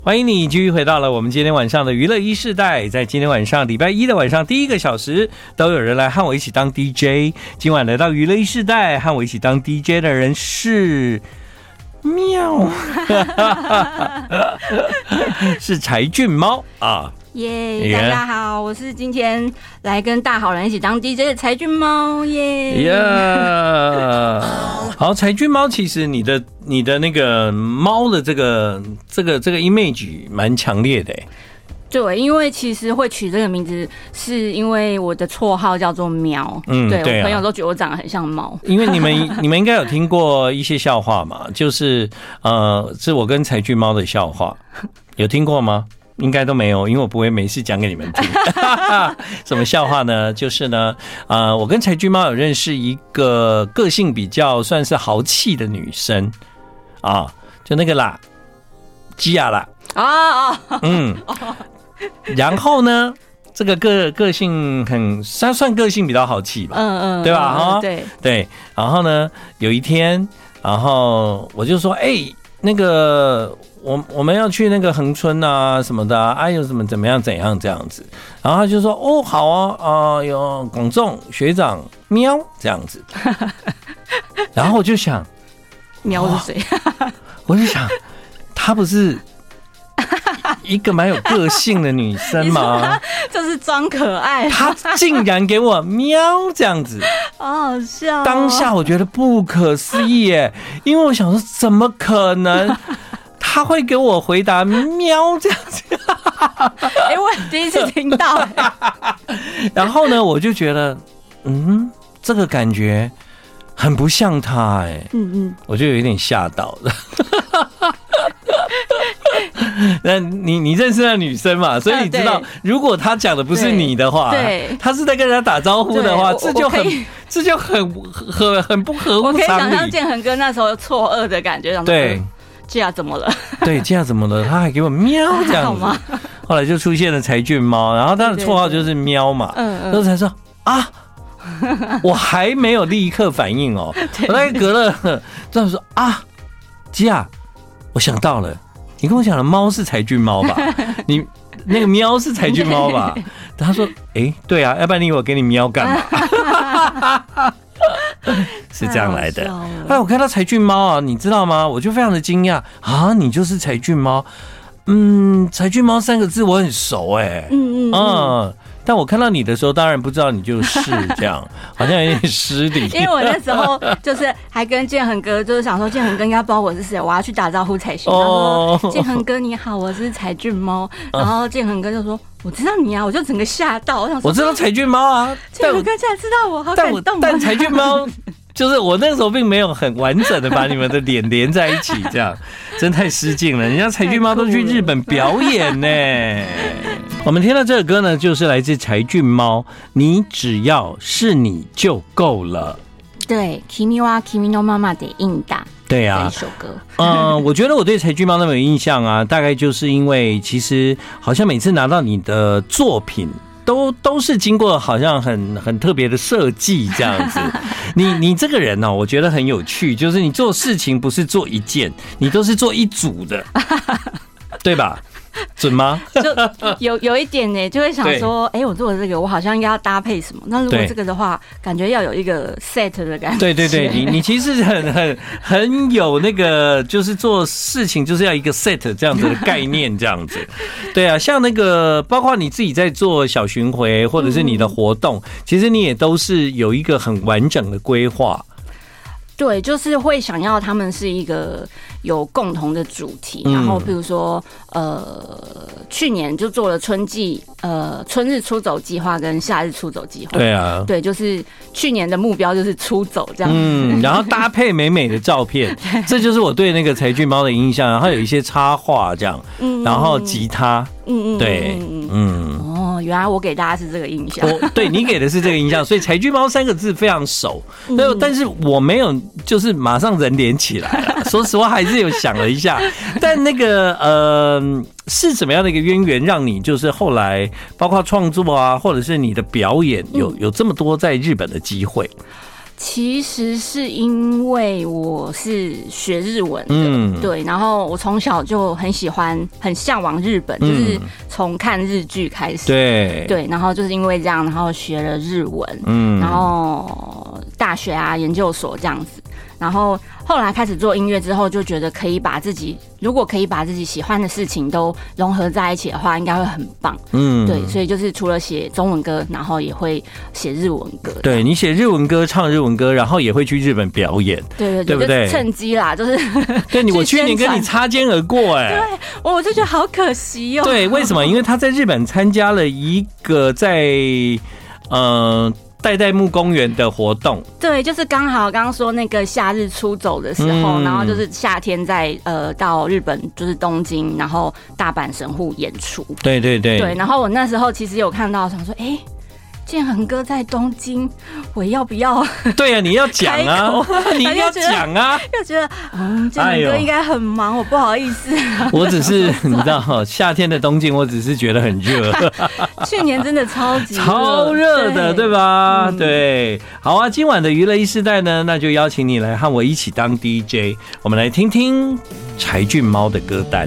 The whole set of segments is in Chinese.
欢迎你继续回到了我们今天晚上的娱乐一世代，在今天晚上礼拜一的晚上第一个小时，都有人来和我一起当 DJ。今晚来到娱乐一世代和我一起当 DJ 的人是喵，是柴郡猫啊。 耶，大家好，我是今天来跟大好人一起当 DJ 的柴郡猫耶。 好，柴郡猫，其实你的那个猫的这个 image 蛮强烈的。 对，因为其实会取这个名字，是因为我的绰号叫做喵。对，我朋友都觉得我长得很像猫。因为你们应该有听过一些笑话嘛，就是是我跟柴郡猫的笑话，有听过吗？应该都没有，因为我不会每次讲给你们听。什么笑话呢？就是呢，我跟柴郡猫有认识一个个性比较算是豪气的女生啊，就那个啦，基亚啦。然后呢，这个个性算个性比较豪气吧，对吧？对。然后呢，有一天，然后我就说，那个我们要去那个恒春啊什么的啊，有什么怎样这样子，然后他就说好啊有广仲学长喵这样子，然后我就想喵是谁？ 我就想她不是一个蛮有个性的女生吗？ 就是装可爱， 她竟然给我喵这样子， 好好笑。 当下我觉得不可思议耶，因为我想说怎么可能他会给我回答喵这样子。 我第一次听到。 然后呢，我就觉得这个感觉很不像他我就有一点吓到了。那你认识那女生嘛？所以你知道，如果她讲的不是你的话，她是在跟人家打招呼的话，这就很不合乎常理。 我可以想象建恒哥那时候错愕的感觉。对，这样怎么了？ 对，这样怎么了？他还给我喵这样子。后来就出现了柴郡猫，然后他的绰号就是喵嘛。然后才说啊，我还没有立刻反应我大概隔了这样说啊，基亚，我想到了。你跟我讲的猫是柴郡猫吧？你那个喵是柴郡猫吧？他说：“对啊，要不然你以为我给你喵干嘛？”是这样来的。后来我看到柴郡猫啊，你知道吗？我就非常的惊讶啊，你就是柴郡猫？柴郡猫3个字我很熟但我看到你的时候，当然不知道你就是这样，好像有点失礼。 因为我那时候就是还跟建恒哥，就是想说建恒哥应该不知道我是谁，我要去打招呼才行。他说：“建恒哥你好，我是柴郡猫。”然后建恒哥就说：“我知道你啊！”我就整个吓到，我想说我知道柴郡猫啊， 建恒哥竟然知道我，好感动。 但柴郡猫。就是我那时候并没有很完整的把你们的脸连在一起，这样真太失敬了。人家柴郡猫都去日本表演呢。我们听到这首歌呢，就是来自柴郡猫，你只要是你就够了。 对 ，Kimi wa Kimi no Mama de Inda。对啊，这首歌。我觉得我对柴郡猫那么有印象啊，大概就是因为其实好像每次拿到你的作品。都是经过好像很特别的设计这样子，你这个人我觉得很有趣，就是你做事情不是做一件，你都是做一组的，对吧？准吗？ 就有一点呢，就会想说，我做的这个，我好像应该要搭配什么？那如果这个的话，感觉要有一个 set 的感觉。 对，你其实很有那个，就是做事情就是要一个 set 这样子的概念，这样子。对啊，像那个，包括你自己在做小巡回或者是你的活动，其实你也都是有一个很完整的规划。 对，就是会想要他们是一个有共同的主题，然后比如说去年就做了春日出走计划跟夏日出走计划。 对啊， 对，就是去年的目标就是出走这样子。 然后搭配美美的照片，这就是我对那个柴郡猫的印象。然后有一些插画这样，然后吉他，对， 原来我给大家是这个印象。 对，你给的是这个印象，所以柴郡猫3个字非常熟。但是我没有就是马上人连起来了。说实话，还是有想了一下。但那个是什么样的一个渊源，让你就是后来包括创作啊，或者是你的表演有这么多在日本的机会？ 其实是因为我是学日文的，对，然后我从小就很喜欢、很向往日本，就是从看日剧开始，对，然后就是因为这样，然后学了日文，然后大学啊、研究所这样子，然后后来开始做音乐之后，就觉得如果可以把自己喜欢的事情都融合在一起的话，应该会很棒。对，所以就是除了写中文歌，然后也会写日文歌。对， 你写日文歌、唱日文歌，然后也会去日本表演。 对， 对不对？ 趁机啦，就是对我去年跟你擦肩而过， 对，我就觉得好可惜哦。 对，为什么？因为他在日本参加了一个在代木公园的活动， 对，就是刚刚说那个夏日出走的时候，然后就是夏天在到日本就是东京，然后大阪神户演出， 对， 然后我那时候其实有看到，想说，建恒哥在东京，我要不要？ 对啊，你要讲啊，你要讲啊， 又觉得建恒哥应该很忙，我不好意思。 我只是你知道，夏天的东京，我只是觉得很热。 去年真的超热的，对吧？对，好啊，今晚的娱乐一世代呢，那就邀请你来和我一起当 DJ， 我们来听听柴郡猫的歌单。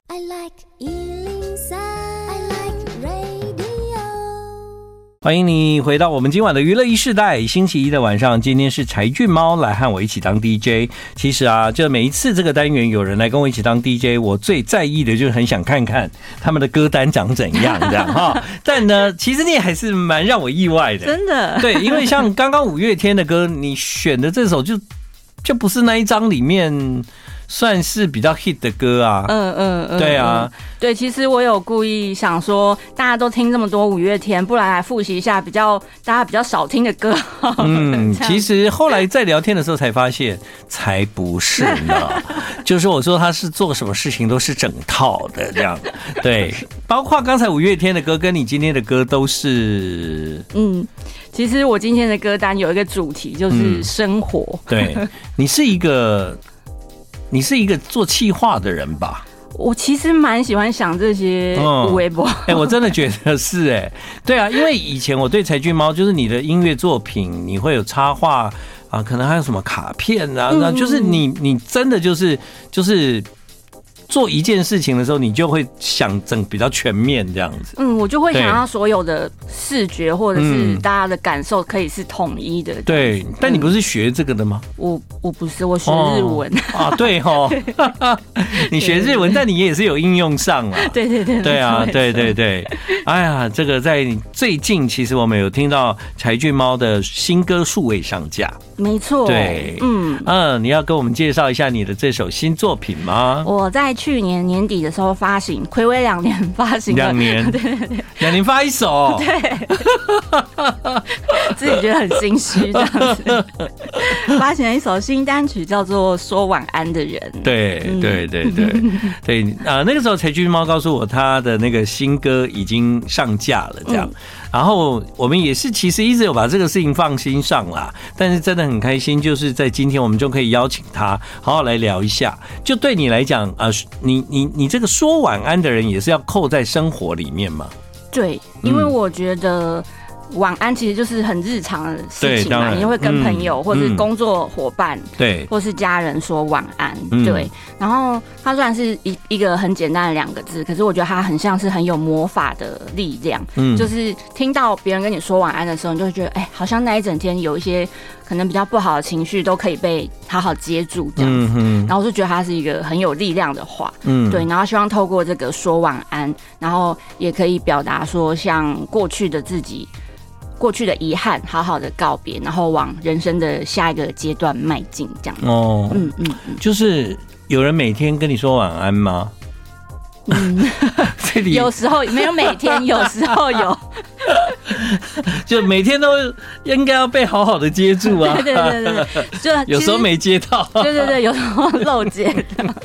欢迎你回到我们今晚的娱乐一世代，星期一的晚上，今天是柴郡猫来和我一起当 DJ。其实啊，就每一次这个单元有人来跟我一起当 DJ， 我最在意的就是很想看看他们的歌单长怎样这样哈。但呢，其实你还是蛮让我意外的， 真的。 对，因为像刚刚五月天的歌，你选的这首就不是那一张里面算是比较 hit 的歌啊，对啊， 对，其实我有故意想说，大家都听这么多五月天，不然来复习一下大家比较少听的歌。 其实后来在聊天的时候才发现，才不是呢。就是我说他是做什么事情都是整套的这样，对，包括刚才五月天的歌跟你今天的歌都是， 其实我今天的歌单有一个主题就是生活， 对，你是一个做企划的人吧？ 我其实蛮喜欢想这些微博， 我真的觉得是对啊，因为以前我对柴郡猫，就是你的音乐作品，你会有插画啊，可能还有什么卡片啊，就是你真的就是做一件事情的时候，你就会想比较全面这样子。 我就会想要所有的视觉或者是大家的感受可以是统一的。 对，但你不是学这个的吗？ 我不是，我学日文啊。对齁，你学日文，但你也是有应用上啊。对啊，对。哎呀，这个在最近，其实我们有听到柴郡猫的新歌数位上架。 没错， 对，你要跟我们介绍一下你的这首新作品吗？ 我在去年年底的时候发行，睽违2年发行了，2 年，对，2年发一首， 对，自己觉得很心虚这样子。发行了一首新单曲，叫做《说晚安的人》。对， 那个时候柴郡猫告诉我，他的那个新歌已经上架了，这样。然后我们也是其实一直有把这个事情放心上啦，但是真的很开心，就是在今天我们就可以邀请他好好来聊一下。就对你来讲，你这个说晚安的人也是要扣在生活里面吗？ 对，因为我觉得晚安其实就是很日常的事情嘛，你会跟朋友或是工作伙伴，对，或是家人说晚安，对。然后它虽然是一个很简单的2个字，可是我觉得它很像是很有魔法的力量。就是听到别人跟你说晚安的时候，你就会觉得，好像那一整天有一些可能比较不好的情绪都可以被好好接住这样子。然后我就觉得它是一个很有力量的话，对。然后希望透过这个说晚安，然后也可以表达说，像过去的自己。过去的遗憾，好好的告别，然后往人生的下一个阶段迈进，这样。 就是有人每天跟你说晚安吗？ 有时候没有每天，有时候有， 就每天都应该要被好好的接住啊。 对，就有时候没接到。 对，有时候漏接。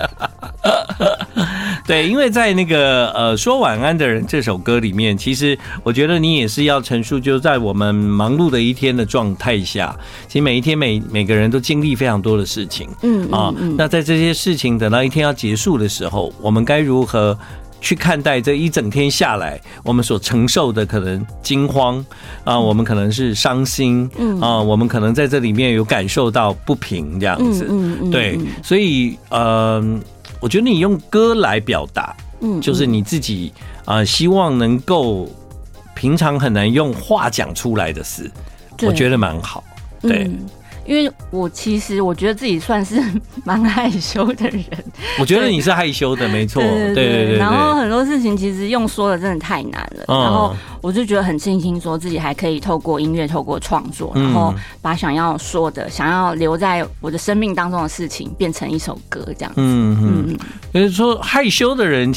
对，因为在那个说晚安的人这首歌里面，其实我觉得你也是要陈述，就在我们忙碌的一天的状态下，其实每一天每个人都经历非常多的事情。那在这些事情等到一天要结束的时候，我们该如何去看待这一整天下来我们所承受的可能惊慌啊，我们可能是伤心啊，我们可能在这里面有感受到不平这样子，对，所以我觉得你用歌来表达，就是你自己希望能够平常很难用话讲出来的事，我觉得蛮好，对。 因为其实我觉得自己算是蛮害羞的人， 我觉得你是害羞的，没错，对。 然后很多事情其实用说的真的太难了，然后我就觉得很庆幸，说自己还可以透过音乐、透过创作，然后把想要说的、想要留在我的生命当中的事情变成一首歌，这样子。 就是说害羞的人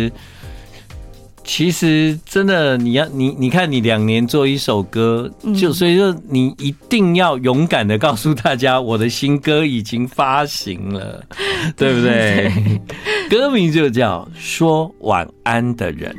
其实真的，你看你2年做一首歌，所以说你一定要勇敢的告诉大家，我的新歌已经发行了，对不对？歌名就叫《说晚安的人》。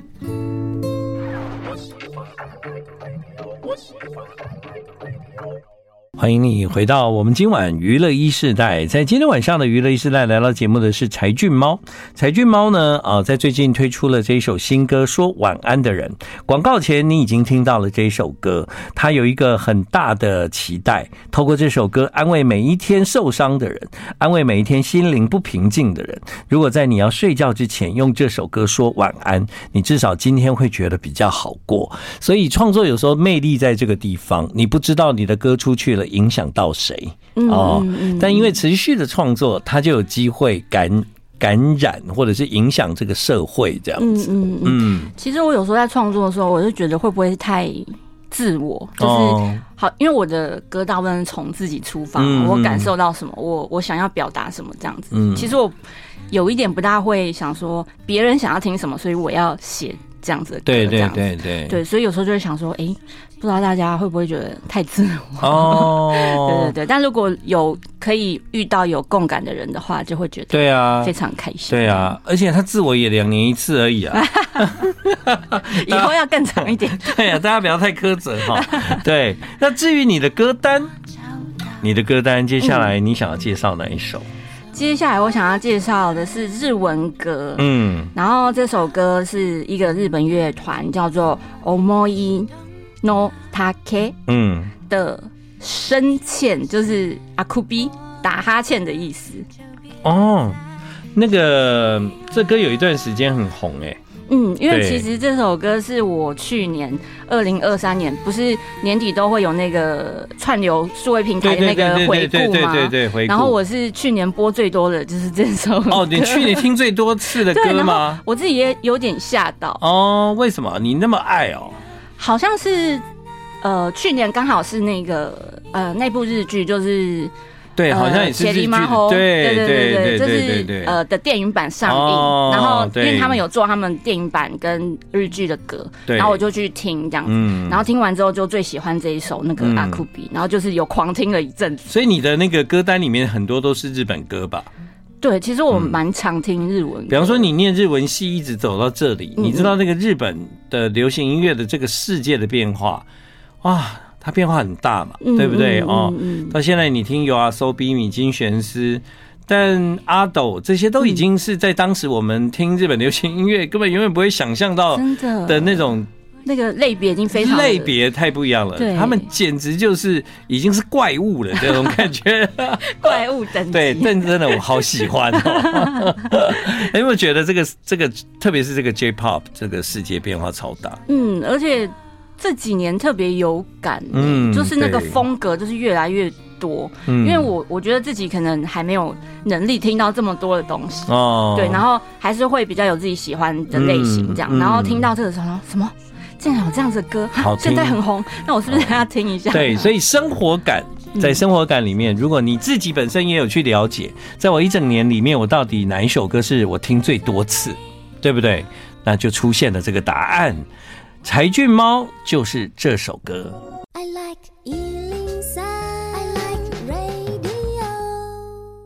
欢迎你回到我们今晚娱乐1世代，在今天晚上的娱乐1世代来到节目的是柴郡猫。柴郡猫呢，在最近推出了这一首新歌《说晚安的人》。广告前你已经听到了这一首歌，它有一个很大的期待，透过这首歌安慰每一天受伤的人，安慰每一天心灵不平静的人。如果在你要睡觉之前用这首歌说晚安，你至少今天会觉得比较好过。所以创作有时候魅力在这个地方，你不知道你的歌出去了影响到谁但因为持续的创作，它就有机会感染或者是影响这个社会这样子。 其实我有时候在创作的时候，我就觉得会不会太自我，就是好，因为我的歌大部分从自己出发，我感受到什么，我想要表达什么这样子。其实我有一点不大会想说别人想要听什么，所以我要写这样子的歌，对，所以有时候就会想说，不知道大家会不会觉得太自我？对，但如果有可以遇到有共感的人的话，就会觉得非常开心。 对啊，而且他自我也2年1次而已啊， 以后要更长一点。 对啊，大家不要太苛责哈。对，那至于你的歌单，接下来你想要介绍哪一首？ 接下来我想要介绍的是日文歌，然后这首歌是一个日本乐团叫做 Omoi no Take 的深欠，就是阿库比打哈欠的意思。 那个这歌有一段时间很红因为其实这首歌是我去年2023年，不是年底都会有那个串流数位平台的那个回顾吗？对，回顾。然后我是去年播最多的就是这首歌。 你去年听最多次的歌吗？ 我自己也有点吓到。 为什么你那么爱好像是去年刚好是那个那部日剧就是。 对，好像也是日剧， 对，就是的电影版上映，然后因为他们有做他们电影版跟日剧的歌，然后我就去听这样子，然后听完之后就最喜欢这一首那个阿库比，然后就是有狂听了一阵子。 所以你的那个歌单里面很多都是日本歌吧？ 对，其实我蛮常听日文歌。 比方说你念日文系一直走到这里，你知道那个日本的流行音乐的这个世界的变化，哇！它变化很大嘛，对不对？到现在你听YOASOBI、米津玄师，但阿斗这些都已经是在当时我们听日本流行音乐根本永远不会想象到的那种。 那个类别已经非常类别太不一样了，他们简直就是已经是怪物了这种感觉， 怪物等级。 对，但真的我好喜欢有没有觉得这个，特别是这个 J-Pop 这个世界变化超大？ 而且。这几年特别有感，就是那个风格就是越来越多，因为我觉得自己可能还没有能力听到这么多的东西，对，然后还是会比较有自己喜欢的类型这样，然后听到这个时候什么竟然有这样子的歌，现在很红，那我是不是要听一下？ 对，所以生活感，在生活感里面，如果你自己本身也有去了解，在我一整年里面，我到底哪一首歌是我听最多次，对不对？那就出现了这个答案。柴郡猫就是这首歌。I like 103, I like radio。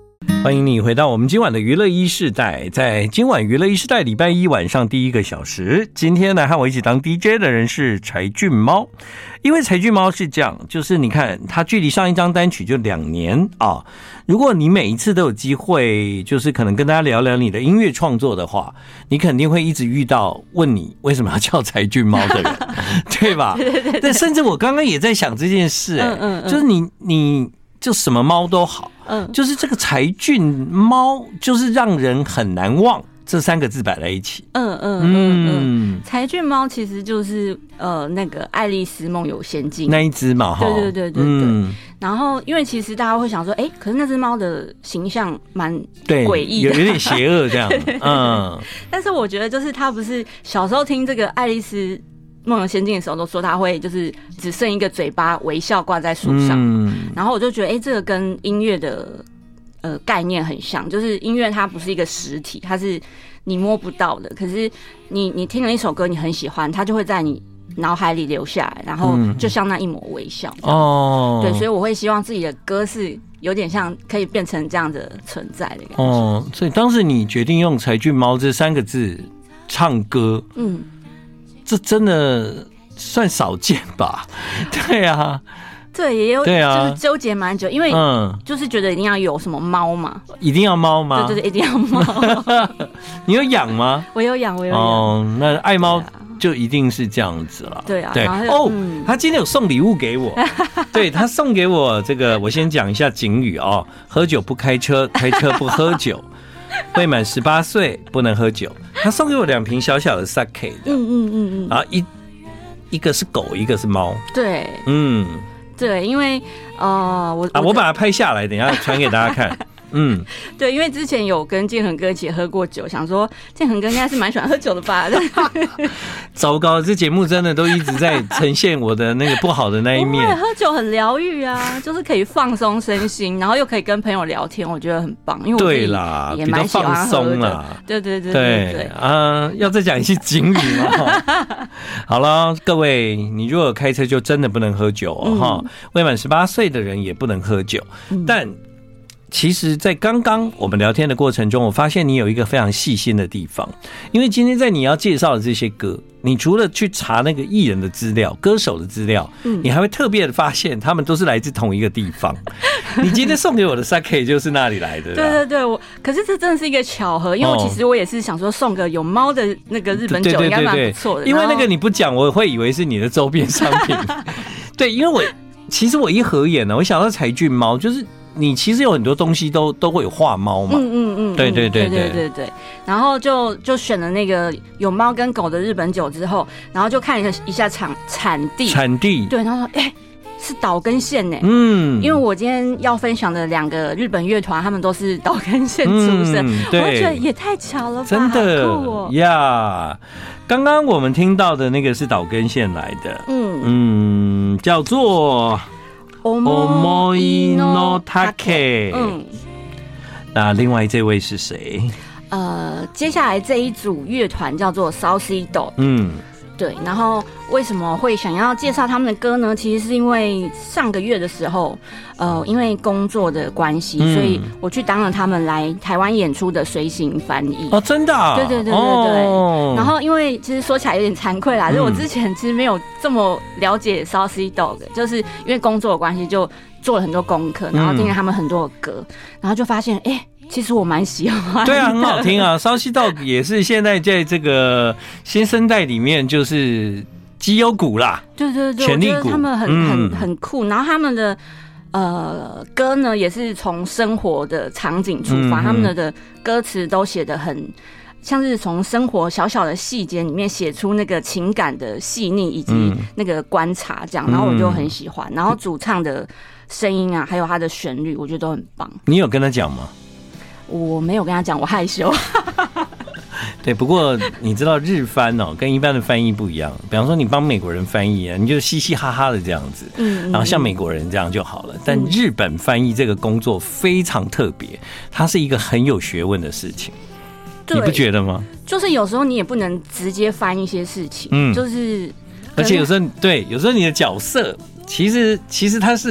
欢迎你回到我们今晚的娱乐一世代。在今晚娱乐一世代礼拜一晚上第1个小时，今天来和我一起当 DJ 的人是柴俊猫。因为柴俊猫是这样，就是你看他距离上一张单曲就2年啊。如果你每一次都有机会，就是可能跟大家聊聊你的音乐创作的话，你肯定会一直遇到问你为什么要叫柴俊猫的人，对吧？对，甚至我刚刚也在想这件事，就是你就什么猫都好，就是这个柴俊猫，就是让人很难忘。这3个字摆在一起， 柴俊猫其实就是那个《爱丽丝梦游仙境》 那一只嘛，哈， 对。然后因为其实大家会想说，可是那只猫的形象蛮诡异的， 有点邪恶这样， 但是我觉得就是他不是小时候听这个《爱丽丝梦游仙境》的时候，都说他会就是只剩一个嘴巴微笑挂在树上，然后我就觉得，这个跟音乐的。概念很像，就是音乐它不是一个实体，它是你摸不到的。可是你听了一首歌，你很喜欢，它就会在你脑海里留下来，然后就像那一抹微笑。对，所以我会希望自己的歌是有点像可以变成这样的存在的感觉。 所以当时你决定用柴俊猫这3个字唱歌，这真的算少见吧？对啊。 对，也有，就是纠结蛮久，因为就是觉得一定要有什么猫嘛， 一定要猫吗？ 对，一定要猫。 你有养吗？ 我有养。 那爱猫就一定是这样子了。 对啊， 对他今天有送礼物给我，对他送给我这个，我先讲一下警语哦：喝酒不开车，开车不喝酒，未满18岁不能喝酒。他送给我2瓶小小的 sake 的，然后一个是狗，一个是猫。 对，对，因为我把它拍下来，等一下传给大家看。 对，因为之前有跟建恒哥一起喝过酒，想说建恒哥应该是蛮喜欢喝酒的吧。 糟糕，这节目真的都一直在呈现我的那个不好的那一面。 喝酒很疗愈啊，就是可以放松身心，然后又可以跟朋友聊天，我觉得很棒。因为我对啦， 也蛮喜欢喝的。对要再讲一些警语嘛。好了，各位，你如果开车就真的不能喝酒哦，未满18岁的人也不能喝酒，但。其实，在刚刚我们聊天的过程中，我发现你有一个非常细心的地方，因为今天在你要介绍的这些歌，你除了去查那个艺人的资料、歌手的资料，你还会特别的发现他们都是来自同一个地方。你今天送给我的 sake 就是那里来的。 对，可是这真的是一个巧合，因为其实我也是想说送个有猫的那个日本酒应该蛮不错的。 因为那个你不讲，我会以为是你的周边商品。对，因为其实我一合眼呢，我想到柴俊猫就是。你其实有很多东西都会有画猫嘛，对， 然后就选了那个有猫跟狗的日本酒之后，然后就看一下产地，对，然后说是岛根县呢，因为我今天要分享的2个日本乐团，他们都是岛根县出身，我觉得也太巧了吧， 真的好酷哦呀！刚刚我们听到的那个是岛根县来的，叫做。Omoino Take， 那另外这位是谁？ 接下来这一组乐团叫做 Saucido，对，然后为什么会想要介绍他们的歌呢？其实是因为上个月的时候，因为工作的关系，所以我去当了他们来台湾演出的随行翻译。 真的啊？ 对。然后因为其实说起来有点惭愧啦，就是我之前其实没有这么了解 Saucido， 就是因为工作的关系就做了很多功课，然后听了他们很多的歌，然后就发现其实我蛮喜欢的， 对啊，很好听啊。Saucido也是现在在这个新生代里面就是绩优股啦， 对， 潜力股， 我觉得他们很酷。然后他们的歌呢，也是从生活的场景出发，他们的歌词都写得很像是从生活小小的细节里面写出那个情感的细腻以及那个观察，这样，然后我就很喜欢。然后主唱的声音啊，还有他的旋律，我觉得都很棒。 你有跟他讲吗？ 我没有跟他讲，我害羞。 对，不过你知道日翻跟一般的翻译不一样。比方说你帮美国人翻译你就嘻嘻哈哈的这样子，然后像美国人这样就好了。但日本翻译这个工作非常特别，它是一个很有学问的事情，你不觉得吗？ 就是有时候你也不能直接翻一些事情，就是而且有时候你的角色其实它是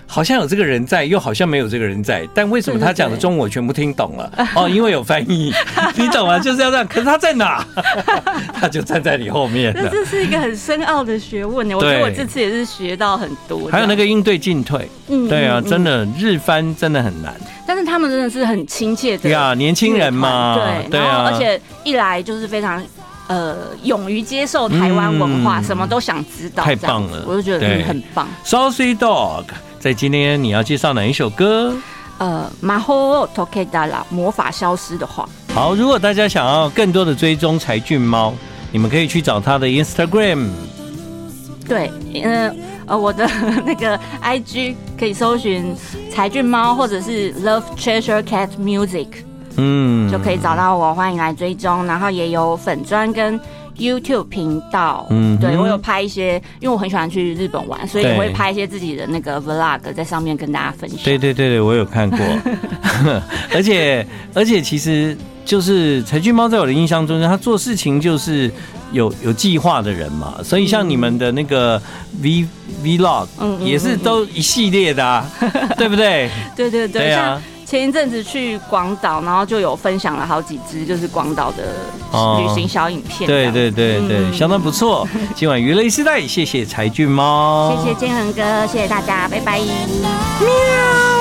好像有这个人在，又好像没有这个人在，但为什么他讲的中文我全部听懂了？哦，因为有翻译，你懂吗？就是要这样。可是他在哪？他就站在你后面了。 这是一个很深奥的学问呢。我觉得我这次也是学到很多。 还有那个应对进退，对啊，真的日翻真的很难。 但是他们真的是很亲切的， 对啊，年轻人嘛， 对啊，而且一来就是非常。勇于接受台湾文化，什么都想知道， 太棒了！ 我就觉得很棒。 Saucy Dog， 在今天你要介绍哪一首歌？ 魔法解けたら魔法消失的话。 好，如果大家想要更多的追踪柴郡猫，你们可以去找他的 Instagram。 对，我的那个 IG 可以搜寻柴郡猫，或者是 Love Treasure Cat Music。就可以找到我，欢迎来追踪，然后也有粉专跟 YouTube 频道。对，我有拍一些，因为我很喜欢去日本玩，所以也会拍一些自己的那个 vlog 在上面跟大家分享。 对，我有看过。而且其实就是柴郡猫在我的印象中，他做事情就是有计划的人嘛，所以像你们的那个 vlog 也是都一系列的啊，对不对？ 对啊。前一阵子去广岛，然后就有分享了好几支，就是广岛的旅行小影片。 对，相当不错。今晚娱乐时代，谢谢柴郡猫， 谢谢建恒哥，谢谢大家，拜拜。喵。